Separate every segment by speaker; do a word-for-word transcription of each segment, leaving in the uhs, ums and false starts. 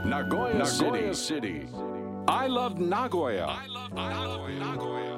Speaker 1: Nagoya City. I love Nagoya. Nagoya.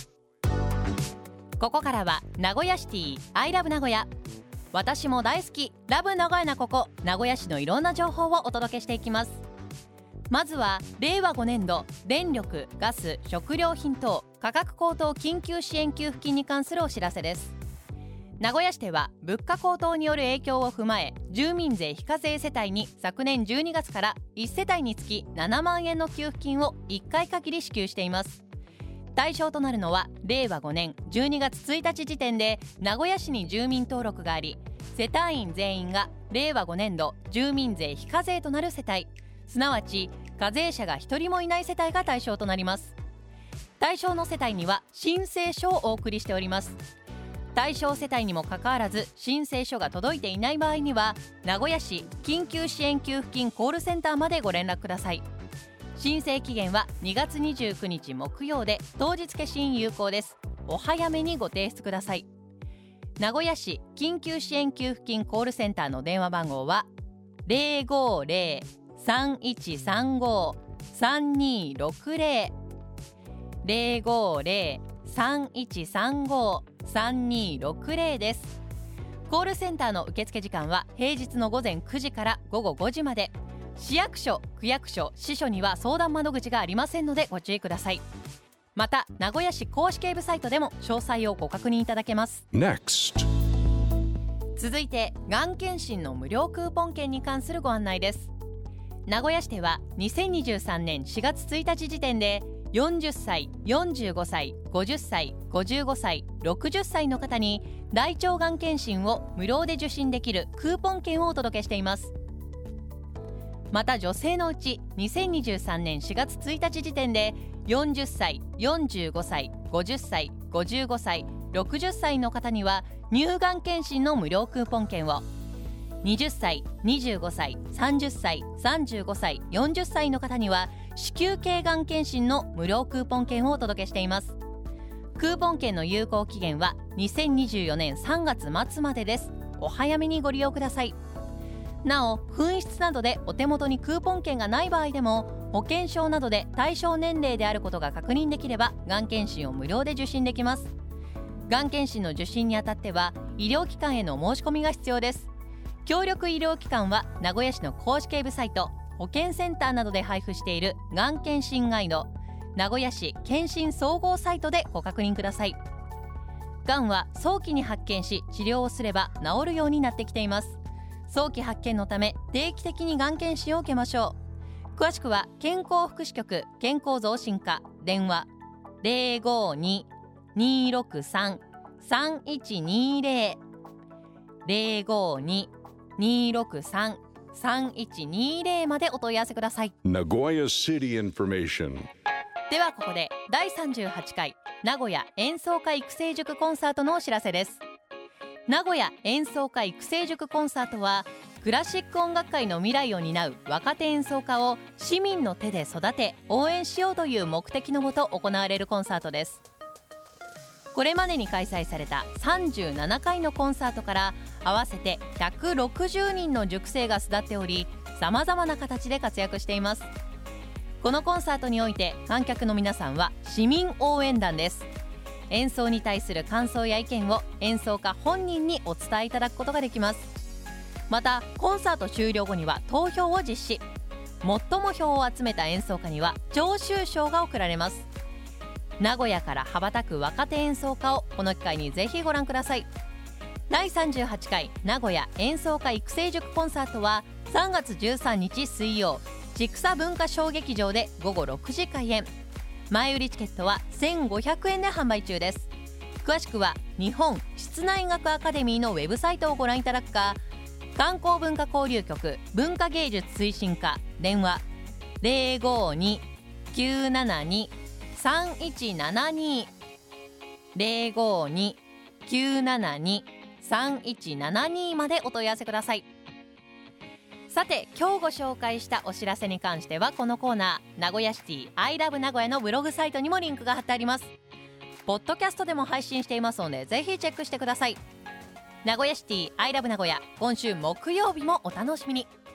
Speaker 2: ここからは名古屋シティ I love 名古屋。私も大好きラブ名古屋なここ名古屋市のいろんな情報をお届けしていきます。まずはれいわごねんど電力・ガス・食料品等価格高騰緊急支援給付金に関するお知らせです。名古屋市では物価高騰による影響を踏まえ、住民税非課税世帯に昨年じゅうにがつからいち世帯につきななまんえんの給付金をいっかい限り支給しています。対象となるのはれいわごねんじゅうにがつついたち時点で名古屋市に住民登録があり、世帯員全員がれいわごねんど住民税非課税となる世帯、すなわち課税者がひとりもいない世帯が対象となります。対象の世帯には申請書をお送りしております。対象世帯にもかかわらず申請書が届いていない場合には、名古屋市緊急支援給付金コールセンターまでご連絡ください。申請期限はにがつにじゅうくにち木曜で、当日消印有効です。お早めにご提出ください。名古屋市緊急支援給付金コールセンターの電話番号は ゼロごゼロ さんいちさんご さんにろくゼロ ゼロごゼロ さんいちさんご さんにろくゼロ です。コールセンターの受付時間は平日のごぜんくじからごごごじまで。市役所、区役所、支所には相談窓口がありませんのでご注意ください。また名古屋市公式ウェブサイトでも詳細をご確認いただけます。
Speaker 1: Next.
Speaker 2: 続いてがん検診の無料クーポン券に関するご案内です。名古屋市ではにせんにじゅうさんねんしがつついたち時点でよんじゅっさい、よんじゅうごさい、ごじゅっさい、ごじゅうごさい、ろくじゅっさいの方に大腸がん検診を無料で受診できるクーポン券をお届けしています。また女性のうちにせんにじゅうさんねんしがつついたち時点でよんじゅっさい、よんじゅうごさい、ごじゅっさい、ごじゅうごさい、ろくじゅっさいの方には乳がん検診の無料クーポン券を、はたち、にじゅうごさい、さんじゅっさい、さんじゅうごさい、よんじゅっさいの方には子宮頸がん検診の無料クーポン券をお届けしています。クーポン券の有効期限はにせんにじゅうよねんさんがつまつまでです。お早めにご利用ください。なお、紛失などでお手元にクーポン券がない場合でも、保険証などで対象年齢であることが確認できれば、がん検診を無料で受診できます。がん検診の受診にあたっては、医療機関への申し込みが必要です。協力医療機関は、名古屋市の公式ウェブサイト、保健センターなどで配布しているがん検診ガイド、名古屋市検診総合サイトでご確認ください。がんは早期に発見し、治療をすれば治るようになってきています。早期発見のため定期的にがん検診を受けましょう。詳しくは健康福祉局健康増進課電話 ゼロごに にーろくさん さんいちにーゼロ ゼロごに にーろくさん さんいちにーゼロ までお問い合わせください。
Speaker 1: Nagoya City Information.
Speaker 2: ではここでだいさんじゅうはちかい名古屋演奏家育成塾コンサートのお知らせです。名古屋演奏家育成塾コンサートは、クラシック音楽界の未来を担う若手演奏家を市民の手で育て応援しようという目的のもと行われるコンサートです。これまでに開催されたさんじゅうななかいのコンサートから合わせてひゃくろくじゅうにんの塾生が巣立っており、さまざまな形で活躍しています。このコンサートにおいて観客の皆さんは市民応援団です。演奏に対する感想や意見を演奏家本人にお伝えいただくことができます。またコンサート終了後には投票を実施。最も票を集めた演奏家には聴衆賞が贈られます。名古屋から羽ばたく若手演奏家をこの機会にぜひご覧ください。だいさんじゅうはちかい名古屋演奏家育成塾コンサートはさんがつじゅうさんにち水曜、千種文化小劇場でごごろくじ開演。前売りチケットはせんごひゃくえんで販売中です。詳しくは日本室内楽アカデミーのウェブサイトをご覧いただくか、観光文化交流局文化芸術推進課電話 ゼロごに きゅうななに さんいちななに ゼロごに きゅうななに さんいちななに までお問い合わせください。さて今日ご紹介したお知らせに関しては、このコーナー名古屋シティ I love 名古屋のブログサイトにもリンクが貼ってあります。ポッドキャストでも配信していますので、ぜひチェックしてください。名古屋シティ I love 名古屋、今週木曜日もお楽しみに。